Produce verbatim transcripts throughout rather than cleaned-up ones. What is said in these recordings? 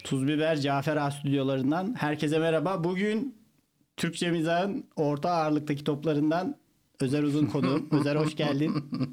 Tuz Biber Cafer Ağa stüdyolarından herkese merhaba. Bugün Türkçe mizahın orta ağırlıktaki toplarından Özer Uzun konuğum. Özer hoş geldin.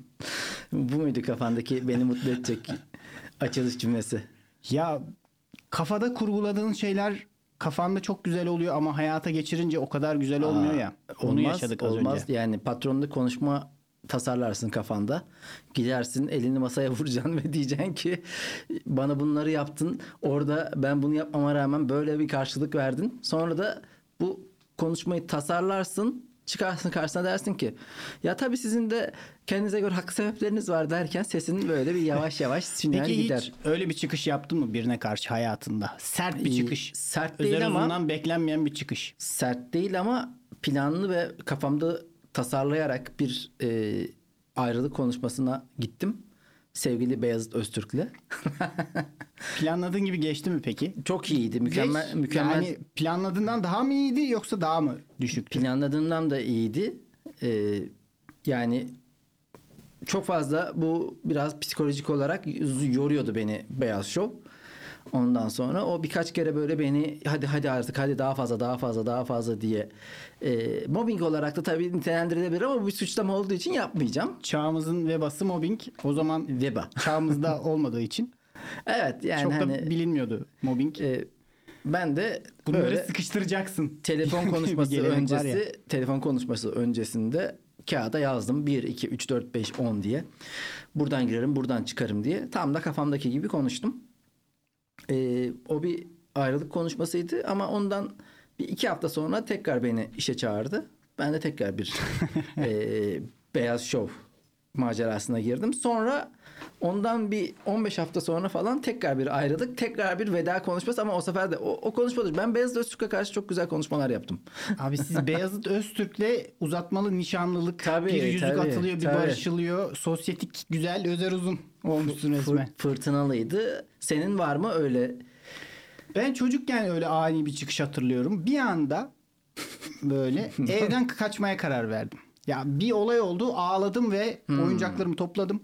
Bu muydu kafandaki beni mutlu edecek açılış cümlesi? Ya kafada kurguladığın şeyler kafanda çok güzel oluyor ama hayata geçirince o kadar güzel olmuyor Aa, ya. Onu olmaz, yaşadık az olmaz. önce. Yani patronlu konuşma tasarlarsın kafanda. Gidersin elini masaya vuracaksın ve diyeceksin ki bana bunları yaptın. Orada ben bunu yapmama rağmen böyle bir karşılık verdin. Sonra da bu konuşmayı tasarlarsın. Çıkarsın karşısına dersin ki ya tabii sizin de kendinize göre haklı sebepleriniz var derken sesin böyle bir yavaş yavaş sinir Peki gider. hiç öyle bir çıkış yaptın mı birine karşı hayatında? Sert bir çıkış. Sert değil Özer ama Uzun'dan beklenmeyen bir çıkış. sert değil ama planlı ve kafamda tasarlayarak bir e, ayrılık konuşmasına gittim. Sevgili Beyazıt Öztürk'le. Planladığın gibi geçti mi peki? Çok iyiydi. Mükemmel. Geç- mükemmel. Yani planladığından daha mı iyiydi yoksa daha mı düşüktü? Planladığımdan da iyiydi. Ee, yani çok fazla bu biraz psikolojik olarak yoruyordu beni Beyaz Şov. Ondan sonra o birkaç kere böyle beni hadi hadi artık hadi daha fazla daha fazla daha fazla diye e, mobbing olarak da tabii nitelendirilebilir ama bu bir suçlama olduğu için yapmayacağım. Çağımızın vebası mobbing. O zaman Veba. çağımızda olmadığı için Evet yani çok da hani bilinmiyordu mobbing. e, ben de Bunları böyle sıkıştıracaksın. telefon Bir konuşması gelenek var ya. öncesi telefon konuşması öncesinde kağıda yazdım bir iki üç dört beş on diye. Buradan girerim, buradan çıkarım diye. Tam da kafamdaki gibi konuştum. Ee, o bir ayrılık konuşmasıydı ama ondan bir iki hafta sonra tekrar beni işe çağırdı. Ben de tekrar bir e, Beyaz Şov macerasına girdim. Sonra ondan bir on beş hafta sonra falan tekrar bir ayrılık, tekrar bir veda konuşması ama o sefer de o, o konuşmadır. Ben Beyazıt Öztürk'e karşı çok güzel konuşmalar yaptım. Abi siz Beyazıt Öztürk'le uzatmalı nişanlılık, Tabii, bir yüzük tabii, atılıyor, bir tabii. barışılıyor. Sosyetik güzel, Özer Uzun olmuşsun Fır- resmen. fırtınalıydı. Senin var mı öyle? Ben çocukken öyle ani bir çıkış hatırlıyorum. Bir anda böyle evden kaçmaya karar verdim. Ya bir olay oldu, ağladım ve Hmm. oyuncaklarımı topladım.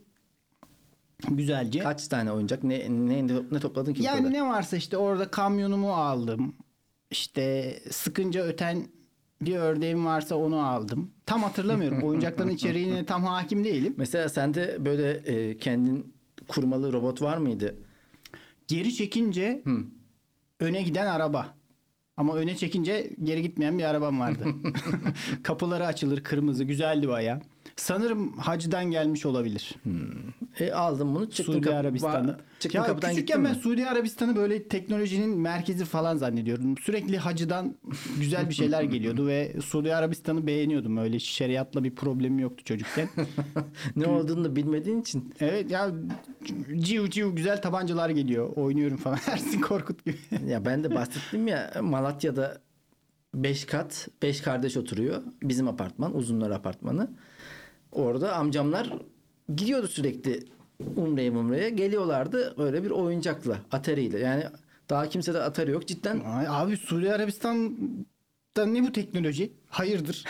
Güzelce. Kaç tane oyuncak? Ne ne, ne topladın ki bu Yani kadar? ne varsa işte orada kamyonumu aldım. İşte sıkınca öten bir ördeğim varsa onu aldım. Tam hatırlamıyorum. Oyuncakların içeriğine tam hakim değilim. Mesela sende böyle e, kendin kurmalı robot var mıydı? Geri çekince Hı. öne giden araba. Ama öne çekince geri gitmeyen bir arabam vardı. Kapıları açılır, kırmızı, güzeldi bayağı. Sanırım hacdan gelmiş olabilir. E, aldım bunu çıktım Suudi kapı- Arabistan'da. va- çıktım Ya kapıdan küçükken gittim ben mi? Suudi Arabistan'ı böyle teknolojinin merkezi falan zannediyorum. Sürekli hacıdan güzel bir şeyler geliyordu ve Suudi Arabistan'ı beğeniyordum. Öyle şeriatla bir problemim yoktu çocukken. Ne olduğunu da bilmediğin için. Evet ya ciu ciu güzel tabancalar geliyor. Oynuyorum falan. Ersin Korkut gibi. Ya ben de bahsettim ya Malatya'da beş kat beş kardeş oturuyor. Bizim apartman, Uzunlar Apartmanı. Orada amcamlar gidiyordu sürekli Umre'ye Umre'ye geliyorlardı öyle bir oyuncakla, Atari'yle. Yani daha kimse de Atari yok. Cidden Ay, abi Suudi Arabistan'da ne bu teknoloji? Hayırdır?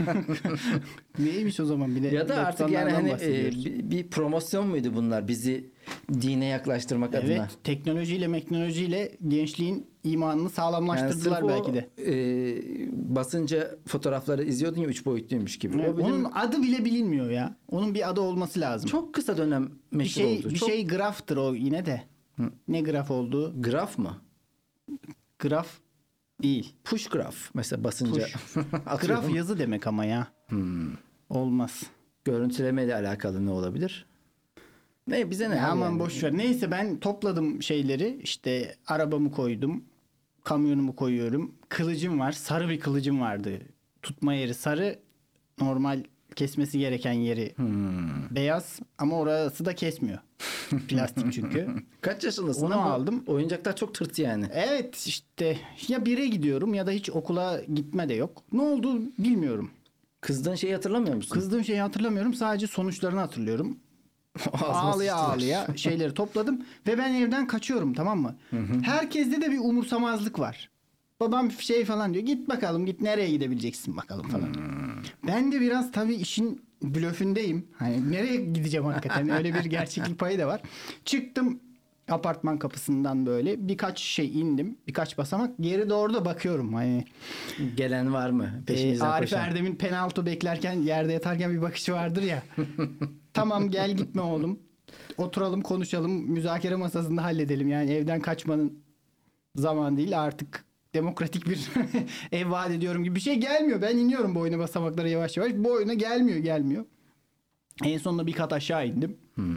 Neymiş o zaman bir de ya da artık yani doksanlardan hani e, bahsediyoruz. bir, bir promosyon muydu bunlar bizi dine yaklaştırmak Evet, adına? teknolojiyle teknolojiyle gençliğin imanını Yani sağlamlaştırdılar sırf o, belki de. e, basınca fotoğrafları izliyordun ya üç boyutluymuş gibi. Evet, O benim onun adı bile bilinmiyor ya. Onun bir adı olması lazım. çok kısa dönem bir meşhur şey oldu. bir Çok şey graftır o yine de. Ne graf olduğu? graf mı? Graf değil. Push graf mesela basınca. Graf Atıyorum. yazı demek ama ya. Olmaz. Görüntüleme ile alakalı ne olabilir? Ne bize ne? Ya abi aman yani? boş ver. Neyse ben topladım şeyleri. İşte arabamı koydum. Kamyonumu koyuyorum. Kılıcım var. Sarı bir kılıcım vardı. Tutma yeri sarı. Normal kesmesi gereken yeri beyaz ama orası da kesmiyor. Plastik çünkü. Kaç yaşındasın? Onu ama aldım. Oyuncaklar çok tırt yani. Evet işte ya bire gidiyorum ya da hiç okula gitme de yok. Ne oldu bilmiyorum. Kızdığın şeyi hatırlamıyor musun? Kızdığım şeyi hatırlamıyorum. Sadece sonuçlarını hatırlıyorum. Ağzıma Ağlıya sıçtılar. ağlıya şeyleri topladım ve ben evden kaçıyorum, tamam mı? Herkeste de bir umursamazlık var. Babam şey falan diyor. Git bakalım, git nereye gidebileceksin bakalım falan. Ben de biraz tabii işin blöfündeyim. Hani nereye gideceğim hakikaten? Öyle bir gerçeklik payı da var. Çıktım Apartman kapısından böyle birkaç şey indim. Birkaç basamak. Geri doğru da bakıyorum. Hani Gelen var mı? e, Peşimizden Arif koşan. Erdem'in penaltı beklerken yerde yatarken bir bakışı vardır ya. Tamam gel gitme oğlum. Oturalım konuşalım. Müzakere masasında halledelim. Yani evden kaçmanın zaman değil artık demokratik bir ev vaat ediyorum gibi bir şey gelmiyor. Ben iniyorum boyuna basamaklara yavaş yavaş. Boyuna gelmiyor gelmiyor. En sonunda bir kat aşağı indim.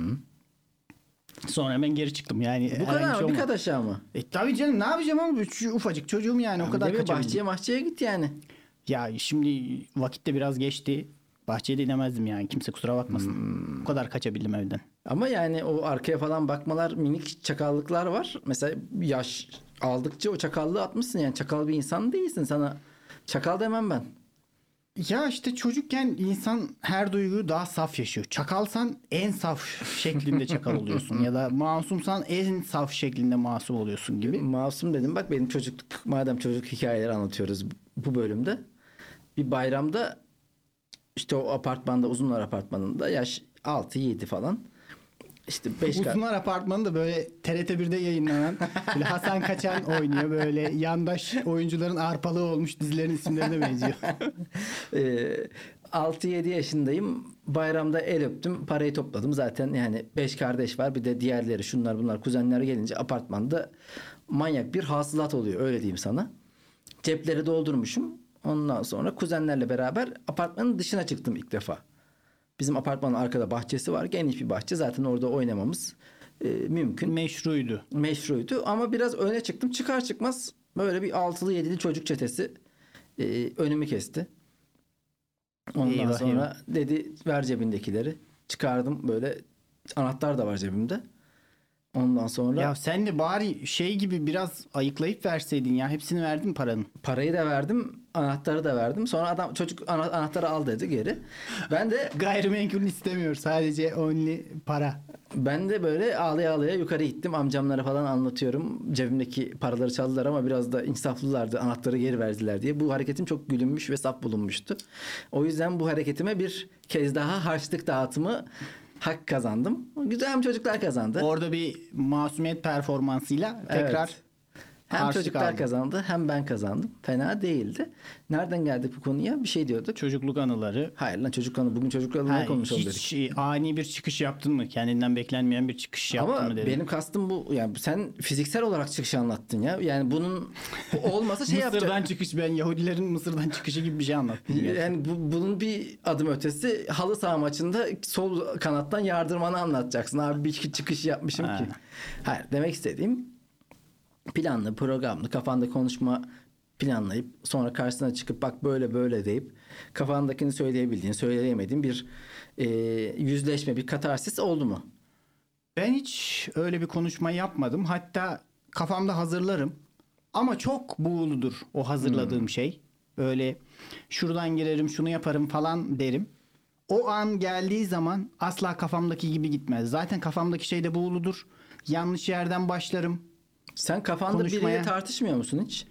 Sonra hemen geri çıktım. Yani Bu herhangi kadar şey mı? Bir olmadı. kat aşağı mı? E tabii canım ne yapacağım ama şu ufacık çocuğum yani o kadar Değil mi? kaçabildim. Bahçeye mahçeye git yani. Ya şimdi vakit de biraz geçti. Bahçeye de inemezdim yani. Kimse kusura bakmasın. O kadar kaçabildim evden. Ama yani o arkaya falan bakmalar, minik çakallıklar var. Mesela yaş aldıkça o çakallığı atmışsın yani. Çakal bir insan değilsin. Sana çakal demem ben. Ya işte çocukken insan her duyguyu daha saf yaşıyor. Çakalsan en saf şeklinde çakal oluyorsun. Ya da masumsan en saf şeklinde masum oluyorsun gibi. Masum dedim. Bak benim çocukluk, madem çocuk hikayeleri anlatıyoruz bu bölümde. Bir bayramda işte o apartmanda, Uzunlar Apartmanı'nda yaş altı yedi falan. İşte beş kat. Uzunlar Apartmanı da böyle T R T birde yayınlanan böyle Hasan Kaçan oynuyor. Böyle yandaş oyuncuların arpalığı olmuş dizilerin isimlerine benziyor. Ee, altı yedi yaşındayım. Bayramda el öptüm. Parayı topladım. Zaten yani beş kardeş var. Bir de diğerleri şunlar bunlar kuzenler gelince apartmanda manyak bir hasılat oluyor. Öyle diyeyim sana. Cepleri doldurmuşum. Ondan sonra kuzenlerle beraber apartmanın dışına çıktım ilk defa. Bizim apartmanın arkada bahçesi var. Geniş bir bahçe. Zaten orada oynamamız e, mümkün. Meşruydu. Meşruydu. Ama biraz öne çıktım. Çıkar çıkmaz böyle bir altılı yedili çocuk çetesi e, önümü kesti. Ondan Eyvah, sonra eyvah. dedi ver cebindekileri. Çıkardım böyle anahtar da var cebimde. Ondan sonra Ya sen de bari şey gibi biraz ayıklayıp verseydin ya. Hepsini verdin mi paranın? parayı da verdim, anahtarı da verdim. Sonra adam çocuk ana- anahtarı al dedi geri. Ben de Gayrimenkulünü istemiyor. Sadece only para. ben de böyle ağlaya ağlaya yukarı gittim. Amcamlara falan anlatıyorum. Cebimdeki paraları çaldılar ama biraz da insaflılardı. Anahtarı geri verdiler diye. Bu hareketim çok gülünmüş ve saf bulunmuştu. O yüzden bu hareketime bir kez daha harçlık dağıtımı hak kazandım. Güzel çocuklar kazandı. Orada bir masumiyet performansıyla tekrar Evet. Hem harçlık çocuklar aldın. kazandı hem ben kazandım. Fena değildi. Nereden geldik bu konuya? Bir şey diyorduk. Çocukluk anıları. Hayır lan çocuk anı. Bugün çocuk anı Ha, ne konuşalım dedik. hiç ani bir çıkış yaptın mı? Kendinden beklenmeyen bir çıkış yaptın Ama mı dedim. benim kastım bu. Yani sen fiziksel olarak çıkışı anlattın ya. Yani bunun olmasa şey Mısır'dan yapacak. çıkış, ben Yahudilerin Mısır'dan çıkışı gibi bir şey anlattım. gerçekten. Yani bu, bunun bir adım ötesi halı saha maçında sol kanattan yardırmanı anlatacaksın. Abi bir çıkış yapmışım Ha. ki. Hayır demek istediğim planlı, programlı, kafanda konuşma planlayıp sonra karşısına çıkıp bak böyle böyle deyip kafandakini söyleyebildiğin, söyleyemediğin bir e, yüzleşme, bir katarsis oldu mu? Ben hiç öyle bir konuşma yapmadım. Hatta kafamda hazırlarım. Ama çok buğuludur o hazırladığım Hmm. şey. Böyle şuradan girerim, şunu yaparım falan derim. O an geldiği zaman asla kafamdaki gibi gitmez. Zaten kafamdaki şey de buğuludur. Yanlış yerden başlarım. Sen kafanda Konuşmaya- biriyle tartışmıyor musun hiç?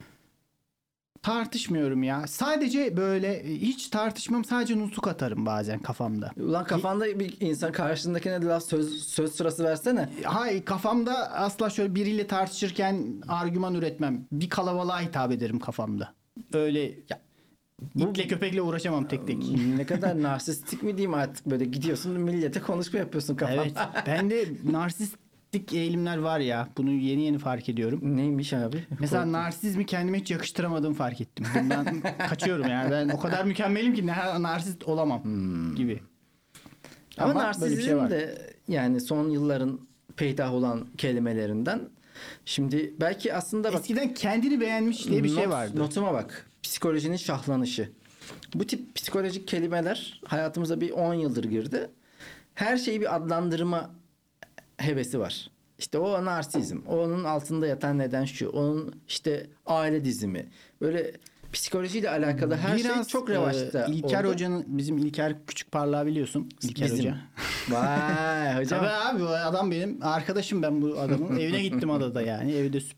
Tartışmıyorum ya. Sadece böyle hiç tartışmam. Sadece nutuk atarım bazen kafamda. Ulan kafanda bir insan karşındakine de laf söz, söz sırası versene. Hayır, kafamda asla şöyle biriyle tartışırken argüman üretmem. Bir kalabalığa hitap ederim kafamda. Öyle Ya, itle köpekle uğraşamam tek tek. Ne kadar narsistik mi diyeyim artık böyle gidiyorsun millete konuşma yapıyorsun kafanda. Evet. Bende narsistik eğilimler var ya. Bunu yeni yeni fark ediyorum. Neymiş abi? Mesela Korktum. narsizmi kendime hiç yakıştıramadığımı fark ettim. Bundan kaçıyorum yani. Ben o kadar mükemmelim ki ne- narsist olamam gibi. Ama, Ama böyle bir narsizm şey var. de yani son yılların peydah olan kelimelerinden. Şimdi belki aslında bak Eskiden kendini beğenmiş diye bir şey not- vardı. Notuma bak. Psikolojinin şahlanışı. Bu tip psikolojik kelimeler hayatımıza bir on yıldır girdi. Her şeyi bir adlandırma hevesi var. İşte o narsizm. Onun altında yatan neden şu. Onun işte aile dizimi. Böyle psikolojiyle alakalı her şey çok revaçta e, İlker oldu. Hoca'nın, bizim İlker Küçük Parlağı biliyorsun. İlker Bizim. Hoca. Vay hocam. Tabii abi, o adam benim arkadaşım, ben bu adamın. Evine gittim adada yani. Evi de süper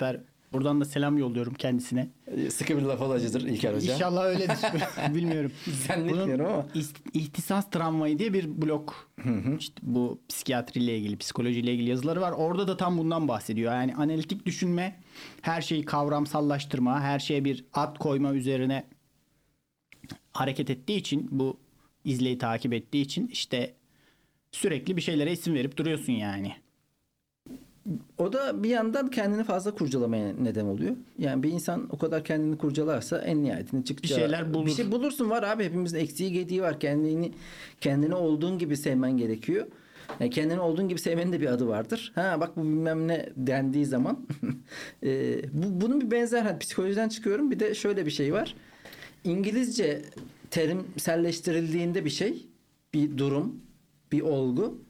Buradan da selam yolluyorum kendisine. Sıkı bir laf olacıdır İlker Hoca. İnşallah öyledir. Bilmiyorum. Zannetmiyorum ama. ist- ihtisas travmayı diye bir blog. İşte bu psikiyatriyle ilgili, psikolojiyle ilgili yazıları var. Orada da tam bundan bahsediyor. Yani analitik düşünme, her şeyi kavramsallaştırma, her şeye bir ad koyma üzerine hareket ettiği için, bu izleyi takip ettiği için işte sürekli bir şeylere isim verip duruyorsun yani. O da bir yandan kendini fazla kurcalamaya neden oluyor. Yani bir insan o kadar kendini kurcalarsa en nihayetinde çıkacağı... Bir şeyler bulur. Bir şey bulursun, var abi, hepimizin eksiği gediği var. Kendini kendini olduğun gibi sevmen gerekiyor. Yani kendini olduğun gibi sevmenin de bir adı vardır. Ha bak bu bilmem ne dendiği zaman e, bu, bunun bir benzer, hani psikolojiden çıkıyorum, bir de şöyle bir şey var. İngilizce terimselleştirildiğinde bir şey, bir durum, bir olgu,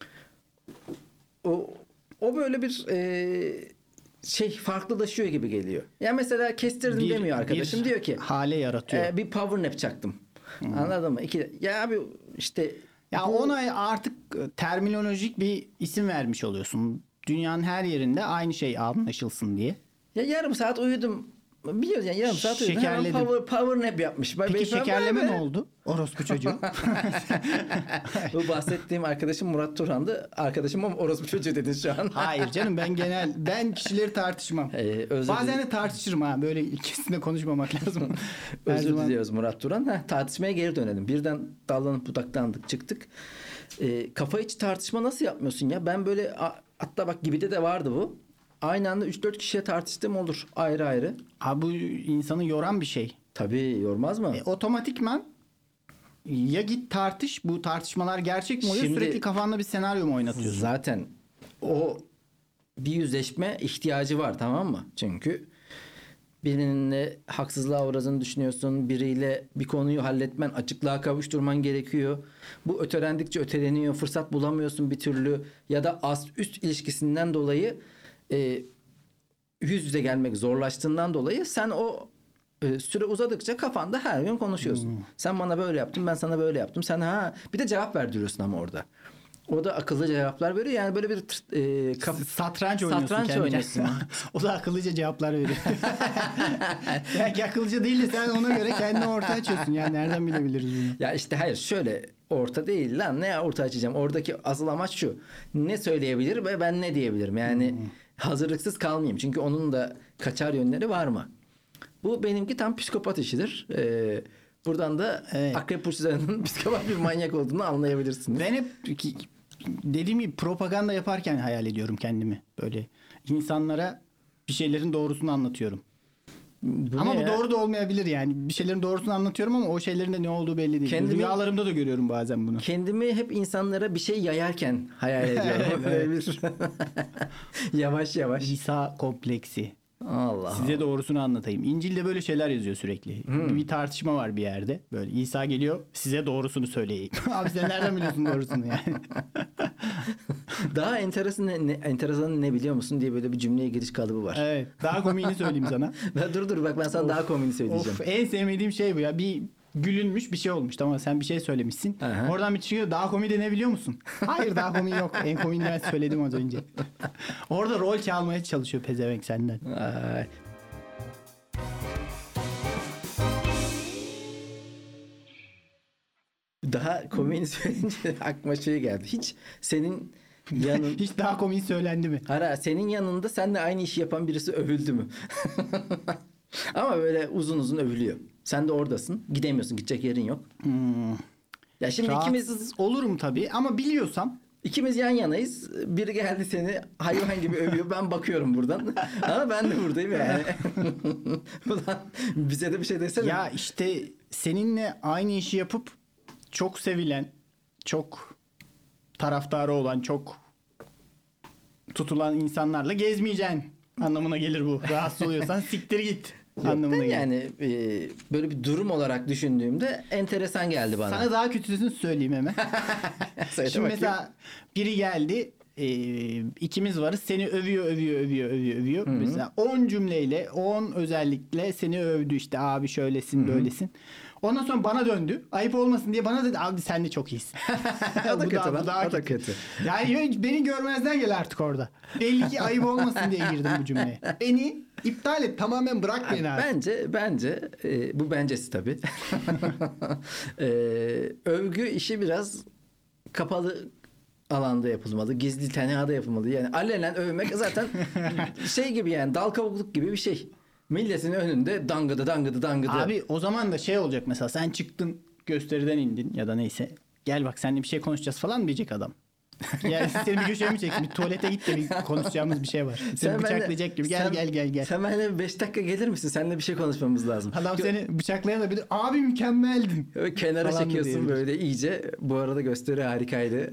o o böyle bir e, şey farklılaşıyor gibi geliyor. Yani mesela kestirdim Bir- demiyor arkadaşım, bir diyor ki hale yaratıyor. e, bir power nap çaktım. Anladın mı? İki, ya abi işte Ya bu- ona artık terminolojik bir isim vermiş oluyorsun. Dünyanın her yerinde aynı şey anlaşılsın diye. ya yarım saat uyudum. Biliyoruz yani, yarım saat uyudum. Hemen Şekerledim. power, power nap yapmış. Peki Ben- şekerleme ben- ne oldu? Orospu çocuğu. Bu bahsettiğim arkadaşım Murat Turhan'dı. Arkadaşım ama orospu çocuğu dedin şu an. Hayır canım, ben genel ben kişileri tartışmam. Ee, özür Bazen de tartışırım ha. Böyle ikisinde konuşmamak lazım. Her Özür zaman- diliyoruz Murat Turan. Heh, tartışmaya geri dönelim. Birden dallanıp budaklandık, çıktık. Ee, kafa içi tartışma nasıl yapmıyorsun ya? Ben böyle a- hatta bak Gibi'de de vardı bu. Aynı anda üç dört kişiye tartıştığım olur. Ayrı ayrı. Ha, bu insanı yoran bir şey. Tabii yormaz mı? E, otomatikman ya git tartış, bu tartışmalar gerçek mi oluyor, Şimdi- sürekli kafanda bir senaryo mu oynatıyorsun? Zaten o bir yüzleşme ihtiyacı var, tamam mı? Çünkü birinle haksızlığa uğradığını düşünüyorsun. Biriyle bir konuyu halletmen, açıklığa kavuşturman gerekiyor. Bu ötelendikçe öteleniyor. Fırsat bulamıyorsun bir türlü. Ya da ast üst ilişkisinden dolayı e, yüz yüze gelmek zorlaştığından dolayı sen o e, süre uzadıkça kafanda her gün konuşuyorsun. Hmm. Sen bana böyle yaptın, ben sana böyle yaptım. Sen ha bir de cevap verdiriyorsun ama orada. O da akıllı cevaplar veriyor. Yani böyle bir e, kaf- Satranç oynuyorsun Satranç kendi oynuyorsun. kendine. O da akıllıca cevaplar veriyor. Belki akıllıca değil de sen ona göre kendini ortaya açıyorsun. Yani nereden bilebiliriz bunu? Ya işte hayır, şöyle orta değil lan, ne orta açacağım? Oradaki asıl amaç şu: ne söyleyebilir ve ben ne diyebilirim? Yani Hmm. hazırlıksız kalmayayım. Çünkü onun da kaçar yönleri var mı? Bu benimki tam psikopat işidir. Ee, buradan da Evet. Akrep Burçları'nın psikopat bir manyak olduğunu anlayabilirsiniz. Ben hep ki- dediğim gibi propaganda yaparken hayal ediyorum kendimi. Böyle insanlara bir şeylerin doğrusunu anlatıyorum. Bu ama ne bu ya? doğru da olmayabilir yani. Bir şeylerin doğrusunu anlatıyorum ama o şeylerin de ne olduğu belli değil. Kendimi- Rüyalarımda da görüyorum bazen bunu. Kendimi hep insanlara bir şey yayarken hayal ediyorum. Evet, Böyle bir yavaş yavaş. İsa kompleksi. Allah. Size doğrusunu anlatayım. İncil'de böyle şeyler yazıyor sürekli. Hmm. Bir tartışma var bir yerde. Böyle İsa geliyor, size doğrusunu söyleyeyim. Abi sen nereden biliyorsun doğrusunu yani? Daha enteresan ne, ne, enteresan ne biliyor musun diye böyle bir cümleye giriş kalıbı var. Evet. Daha komiğini söyleyeyim sana. Ben, dur dur bak ben sana daha komini söyleyeceğim. Of, en sevmediğim şey bu ya. Bir gülünmüş bir şey olmuş. Tamam, sen bir şey söylemişsin. Aha. Oradan bir çıkıyor. Daha komik de ne biliyor musun? Hayır, daha komik yok. En komik ben söyledim az önce. Orada rol çalmaya çalışıyor pezevenk senden. Ay. Daha komiğini söyleyince aklıma şey geldi. Hiç senin yanın... Hiç daha komik söylendi mi? Ara senin yanında seninle aynı işi yapan birisi övüldü mü? Ama böyle uzun uzun övülüyor. Sen de oradasın. Gidemiyorsun. Gidecek yerin yok. Hmm. Ya şimdi ikimiz Rahatsız olurum tabii ama biliyorsam ikimiz yan yanayız. Biri geldi seni hayvan gibi övüyor. Ben bakıyorum buradan. Ama ben de buradayım yani. Ulan bize de bir şey desene. ya işte seninle aynı işi yapıp çok sevilen, çok taraftarı olan, çok tutulan insanlarla gezmeyeceksin anlamına gelir bu. Rahatsız oluyorsan siktir git anlamına Ben gelir. yani e, böyle bir durum olarak düşündüğümde enteresan geldi bana. Sana daha kötüsünü söyleyeyim hemen. Söyle Şimdi bakayım. mesela biri geldi, e, ikimiz varız, seni övüyor övüyor övüyor övüyor övüyor. Mesela on cümleyle, on özellikle seni övdü, işte abi şöylesin böylesin. Ondan sonra bana döndü. Ayıp olmasın diye bana dedi abi sen de çok iyisin. O da Bu kötü bu lan, daha o da kötü. Yani beni görmezden gel artık orada. Belli ki ayıp olmasın diye girdim bu cümleye. Beni İptal et, tamamen bırak beni artık. Bence bence e, bu bencesi tabii. e, övgü işi biraz kapalı alanda yapılmalı. Gizli tenhada yapılmalı. Yani alenen övmek zaten şey gibi, yani dal kavukluk gibi bir şey. Milletin önünde dangıdı dangıdı dangıdı. Abi o zaman da şey olacak, mesela sen çıktın gösteriden indin ya da neyse. Gel bak seninle bir şey konuşacağız falan diyecek adam. Yani seni bir köşeye mi çeksin? Bir tuvalete git de bir konuşacağımız bir şey var. Seni Sen bıçaklayacak benimle- gibi. Gel sen- gel gel gel. Sen benimle beş dakika gelir misin? Seninle bir şey konuşmamız lazım. Adam Gö- seni bıçaklayan da bir de abi mükemmeldin. Böyle kenara falan mı çekiyorsun diyebilir? böyle iyice. Bu arada gösteri harikaydı.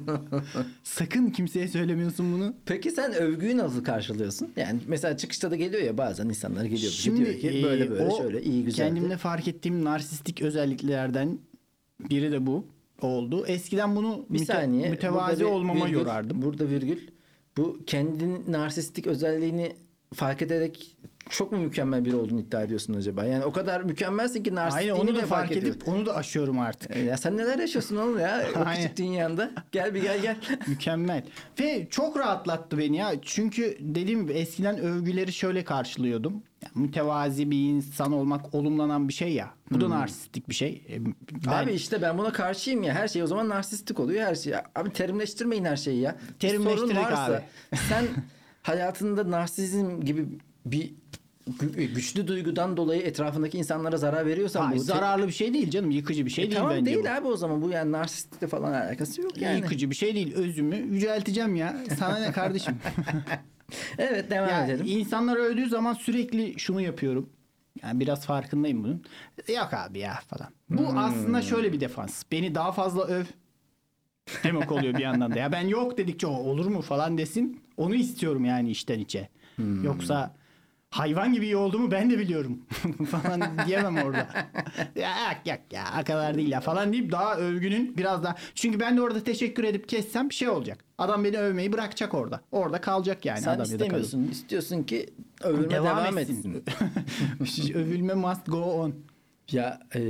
Sakın kimseye söylemiyorsun bunu. Peki sen övgüyü nasıl karşılıyorsun? Yani mesela çıkışta da geliyor ya, bazen insanlar geliyor. Şimdi diyor ki böyle e, böyle o şöyle iyi güzeldi. kendimde fark ettiğim narsistik özelliklerden biri de bu oldu. Eskiden bunu Bir müte- saniye. mütevazi burada bir olmama virgül, yorardım. Burada virgül. Bu kendin narsistik özelliğini fark ederek çok mu mükemmel biri olduğunu iddia ediyorsun acaba? Yani o kadar mükemmelsin ki Aynen, narsistliğini onu da bile fark fark edip ediyorsun. onu da aşıyorum artık. Ya sen neler yaşıyorsun oğlum ya o Aynen. küçük dünyanda. Gel bir gel gel. Mükemmel. Ve çok rahatlattı beni ya. Çünkü dediğim gibi eskiden övgüleri şöyle karşılıyordum. Yani mütevazi bir insan olmak olumlanan bir şey ya. Bu da narsistik bir şey. E, Ben Abi işte ben buna karşıyım ya. Her şey o zaman narsistik oluyor her şey. Abi terimleştirmeyin her şeyi ya. Bir Terimleştirdik sorun varsa abi. sen hayatında narsizm gibi bir gü- güçlü duygudan dolayı etrafındaki insanlara zarar veriyorsan Hayır, bu te- zararlı bir şey değil canım. Yıkıcı bir şey E değil tamam bence değil bu. abi o zaman bu, yani narsistlikle falan alakası yok yani. Yıkıcı bir şey değil. Özümü yücelteceğim ya. Sana ne kardeşim? Evet devam Ya edelim. insanlar öldüğü zaman sürekli şunu yapıyorum. Yani biraz farkındayım bunun. Yok abi ya falan. Bu Hmm. aslında şöyle bir defans. Beni daha fazla öv demek oluyor bir yandan da. Ya ben yok dedikçe o olur mu falan desin. Onu istiyorum yani içten içe. Hmm. Yoksa hayvan gibi iyi olduğumu ben de biliyorum falan diyemem orada. Ya yak yak ya o kadar değil ya falan deyip daha övgünün biraz daha. Çünkü ben de orada teşekkür edip kessem bir şey olacak. Adam beni övmeyi bırakacak orada. Orada kalacak yani Sen adam ya da kadın. istemiyorsun. İstiyorsun ki övülme devam, etsin. Övülme must go on. Ya e,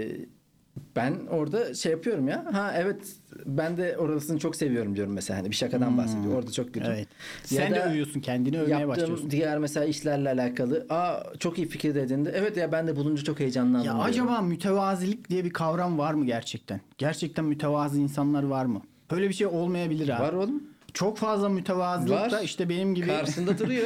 ben orada şey yapıyorum ya. Ha evet ben de orasını çok seviyorum diyorum mesela. Hani bir şakadan bahsediyor. Orada çok güldüm. Evet. Ya Sen de da övüyorsun, kendini övmeye yaptığım başlıyorsun. diğer mesela işlerle alakalı. Aa çok iyi fikir dediğinde. Evet ya ben de bulunca çok heyecanlandım. Ya diyorum. acaba mütevazilik diye bir kavram var mı gerçekten? Gerçekten mütevazi insanlar var mı? Böyle bir şey olmayabilir abi. Var oğlum. Çok fazla mütevazılık Var. da işte benim gibi Karşında duruyor.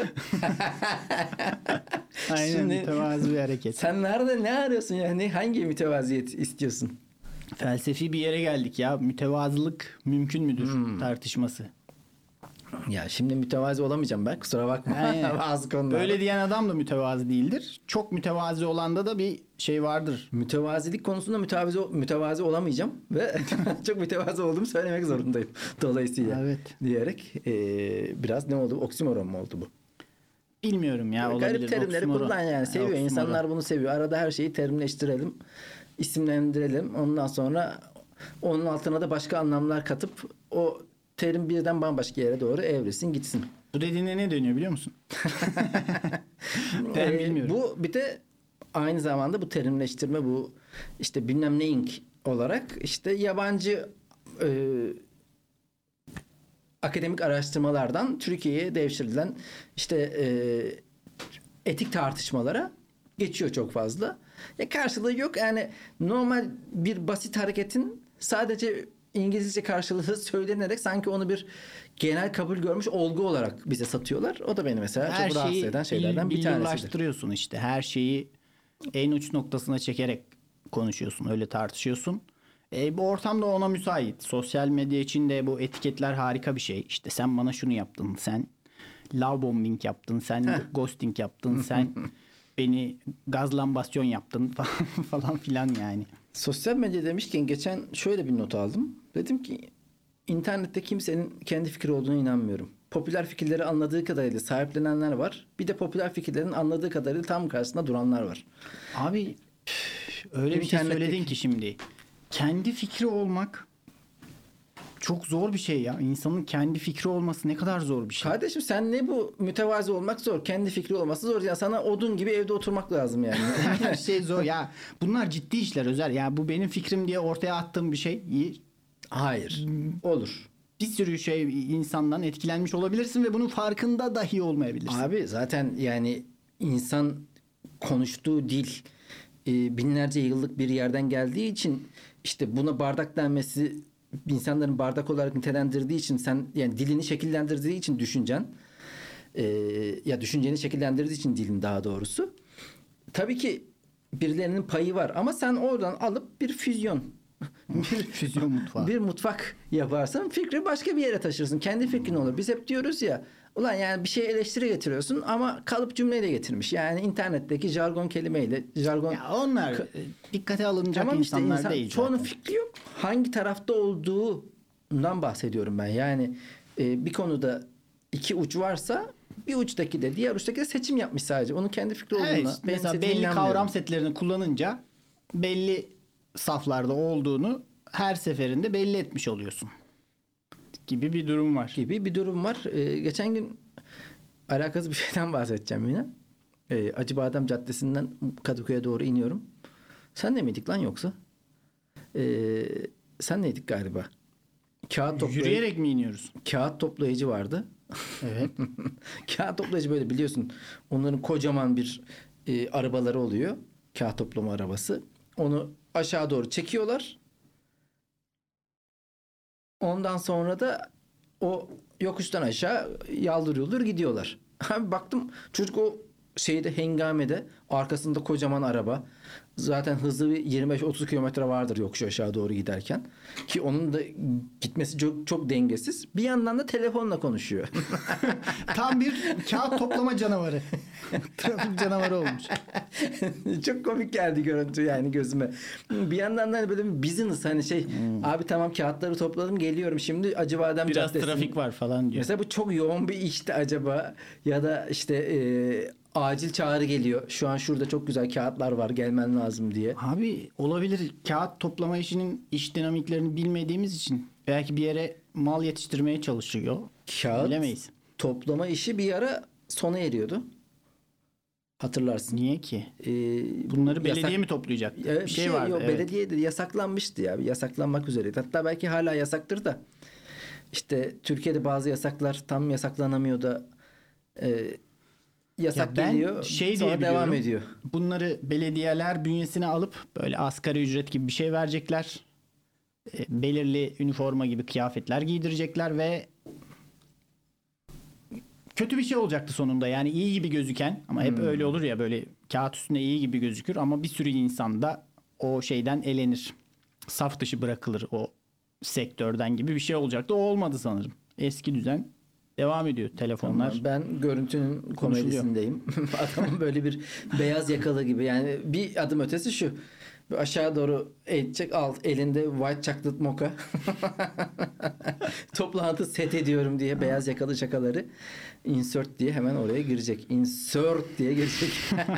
aynen Şimdi- mütevazi bir hareket. Sen nerede ne arıyorsun yani? Hangi mütevaziyet istiyorsun? Felsefi bir yere geldik ya. Mütevazılık mümkün müdür Hmm. tartışması. Ya şimdi mütevazi olamayacağım ben. Kusura bakma. Aynen. Bazı konularda. Böyle diyen adam da mütevazi değildir. Çok mütevazi olanda da bir şey vardır. Mütevazilik konusunda mütevazi, mütevazi olamayacağım ve çok mütevazi olduğumu söylemek zorundayım. Dolayısıyla Evet. diyerek eee, biraz ne oldu? Oksimoron mu oldu bu? Bilmiyorum ya, olabilir. Garip terimleri Oksimoron. kullan yani. Seviyor. Oksimoron. İnsanlar bunu seviyor. Arada her şeyi terimleştirelim. İsimlendirelim. Ondan sonra onun altına da başka anlamlar katıp o terim birden bambaşka yere doğru evrilsin gitsin. Bu dediğine ne dönüyor biliyor musun? Ben Ee, bilmiyorum. Bu bir de aynı zamanda bu terimleştirme bu işte bilmem neyink olarak işte yabancı e, akademik araştırmalardan Türkiye'ye devşirilen işte e, etik tartışmalara geçiyor çok fazla. Ya karşılığı yok yani normal bir basit hareketin sadece İngilizce karşılığı söylenerek sanki onu bir genel kabul görmüş olgu olarak bize satıyorlar. O da beni mesela Her çok rahatsız şeyi eden şeylerden bil- bir tanesidir. billurlaştırıyorsun işte. Her şeyi en uç noktasına çekerek konuşuyorsun. Öyle tartışıyorsun. E, bu ortam da ona müsait. Sosyal medya için de bu etiketler harika bir şey. İşte sen bana şunu yaptın. Sen love bombing yaptın. Sen ghosting yaptın. Sen beni gazlambasyon yaptın falan, falan filan yani. Sosyal medya demişken geçen şöyle bir not aldım. Dedim ki internette kimsenin kendi fikri olduğuna inanmıyorum. Popüler fikirleri anladığı kadarıyla sahiplenenler var. Bir de popüler fikirlerin anladığı kadarıyla tam karşısında duranlar var. Abi üf, öyle bir şey İnternetteki- söyledin ki şimdi. Kendi fikri olmak çok zor bir şey ya. İnsanın kendi fikri olması ne kadar zor bir şey. Kardeşim sen ne bu mütevazi olmak zor. Kendi fikri olması zor. Ya sana odun gibi evde oturmak lazım yani. Her şey zor ya. Bunlar ciddi işler Özer. Ya bu benim fikrim diye ortaya attığım bir şey. İyi. Hayır. Olur. Bir sürü şey insandan etkilenmiş olabilirsin ve bunun farkında dahi olmayabilirsin. Abi zaten yani insan konuştuğu dil e, binlerce yıllık bir yerden geldiği için işte buna bardak denmesi insanların bardak olarak nitelendirdiği için sen yani dilini şekillendirdiği için düşüncen e, ya düşünceni şekillendirdiği için dilin daha doğrusu. Tabii ki birilerinin payı var ama sen oradan alıp bir füzyon bir Füzyon mutfağı. bir mutfak yaparsan fikri başka bir yere taşırsın. Kendi fikrin olur. Biz hep diyoruz ya ulan yani bir şey eleştiri getiriyorsun ama kalıp cümleyle getirmiş. Yani internetteki jargon kelimeyle jargon Ya onlar e, dikkate alınacak tamam işte insanlar insan, değil çoğunun zaten. fikri yok. Hangi tarafta olduğundan bahsediyorum ben. Yani e, bir konuda iki uç varsa bir uçtaki de diğer uçtaki de seçim yapmış sadece. Onun kendi fikri olduğuna. Evet, benim mesela seçime belli inanmıyorum. kavram setlerini kullanınca belli saflarda olduğunu her seferinde belli etmiş oluyorsun gibi bir durum var. gibi bir durum var. Ee, geçen gün alakasız bir şeyden bahsedeceğim yine. Ee, Acıbadem Caddesi'nden Kadıköy'e doğru iniyorum. Sen de miydik lan yoksa? Ee, sen neydik galiba? Kağıt toplayıcı, Yürüyerek mi iniyoruz? kağıt toplayıcı vardı. Evet. Kağıt toplayıcı böyle biliyorsun. Onların kocaman bir e, arabaları oluyor. Kağıt toplama arabası. Onu aşağı doğru çekiyorlar. Ondan sonra da o yokuştan aşağı yaldır yuldur gidiyorlar. Abi baktım çocuk o şeyde hengamede arkasında kocaman araba. Zaten hızlı bir yirmi beş otuz kilometre vardır yokuş aşağı doğru giderken. Ki onun da gitmesi çok, çok dengesiz. Bir yandan da telefonla konuşuyor. Tam bir kağıt toplama canavarı. Trafik canavarı olmuş. Çok komik geldi görüntü yani gözüme. Bir yandan da hani böyle bir business hani şey abi tamam kağıtları topladım geliyorum şimdi Acıbadem Biraz Caddesi'nin- trafik var falan diyor. Mesela bu çok yoğun bir işte acaba ya da işte e, acil çağrı geliyor. Şu an şurada çok güzel kağıtlar var gelmen lazım diye. Abi olabilir. Kağıt toplama işinin iş dinamiklerini bilmediğimiz için belki bir yere mal yetiştirmeye çalışıyor. Kağıt Bilemeyiz. toplama işi bir ara sona eriyordu. Hatırlarsın. Niye ki? E, Bunları bu belediye yasak- mi toplayacak? Ya, bir şey, vardı. yok, Evet. belediye de yasaklanmıştı ya. Yasaklanmak üzereydi. Hatta belki hala yasaktır da. İşte Türkiye'de bazı yasaklar tam yasaklanamıyor da e, yasak Ya ben geliyor. şey sonra diye devam biliyorum. ediyor. Bunları belediyeler bünyesine alıp böyle asgari ücret gibi bir şey verecekler. E, belirli üniforma gibi kıyafetler giydirecekler ve kötü bir şey olacaktı sonunda. Yani iyi gibi gözüken ama hep öyle olur ya böyle kağıt üstünde iyi gibi gözükür ama bir sürü insan da o şeyden elenir. Saf dışı bırakılır o sektörden gibi bir şey olacaktı. O olmadı sanırım. Eski düzen devam ediyor. Telefonlar. Ama ben görüntünün komedisindeyim. Adamın böyle bir beyaz yakalı gibi. Yani bir adım ötesi şu. Bir aşağı doğru eğitecek alt elinde white chocolate mocha. Toplantı set ediyorum diye beyaz yakalı şakaları insert diye hemen oraya girecek. Insert diye girecek.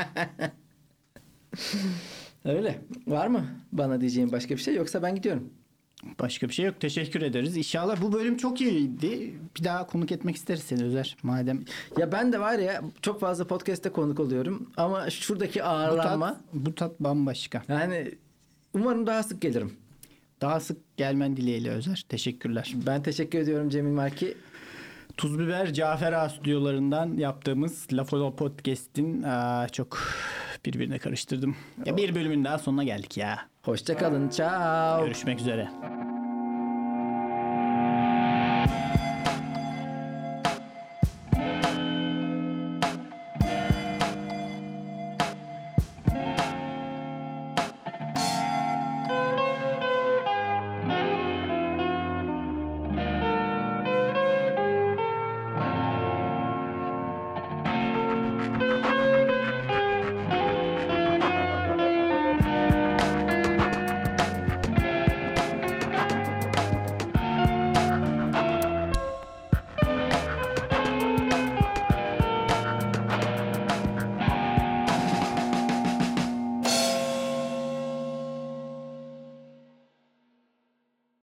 Öyle. Var mı bana diyeceğim başka bir şey yoksa ben gidiyorum. Başka bir şey yok. Teşekkür ederiz. İnşallah bu bölüm çok iyiydi. Bir daha konuk etmek isteriz seni Özer. Madem Ya ben de var ya çok fazla podcast'te konuk oluyorum ama şuradaki bu ağırlanma tat, bu tat bambaşka. yani umarım daha sık gelirim. Daha sık gelmen dileğiyle Özer. Teşekkürler. Ben teşekkür ediyorum Cemil Marki. Tuz Biber Cafer Ağa stüdyolarından yaptığımız Lafolo Podcast'in aa, çok birbirine karıştırdım. Ya bir bölümün daha sonuna geldik ya. Hoşça kalın. Ciao. Görüşmek üzere.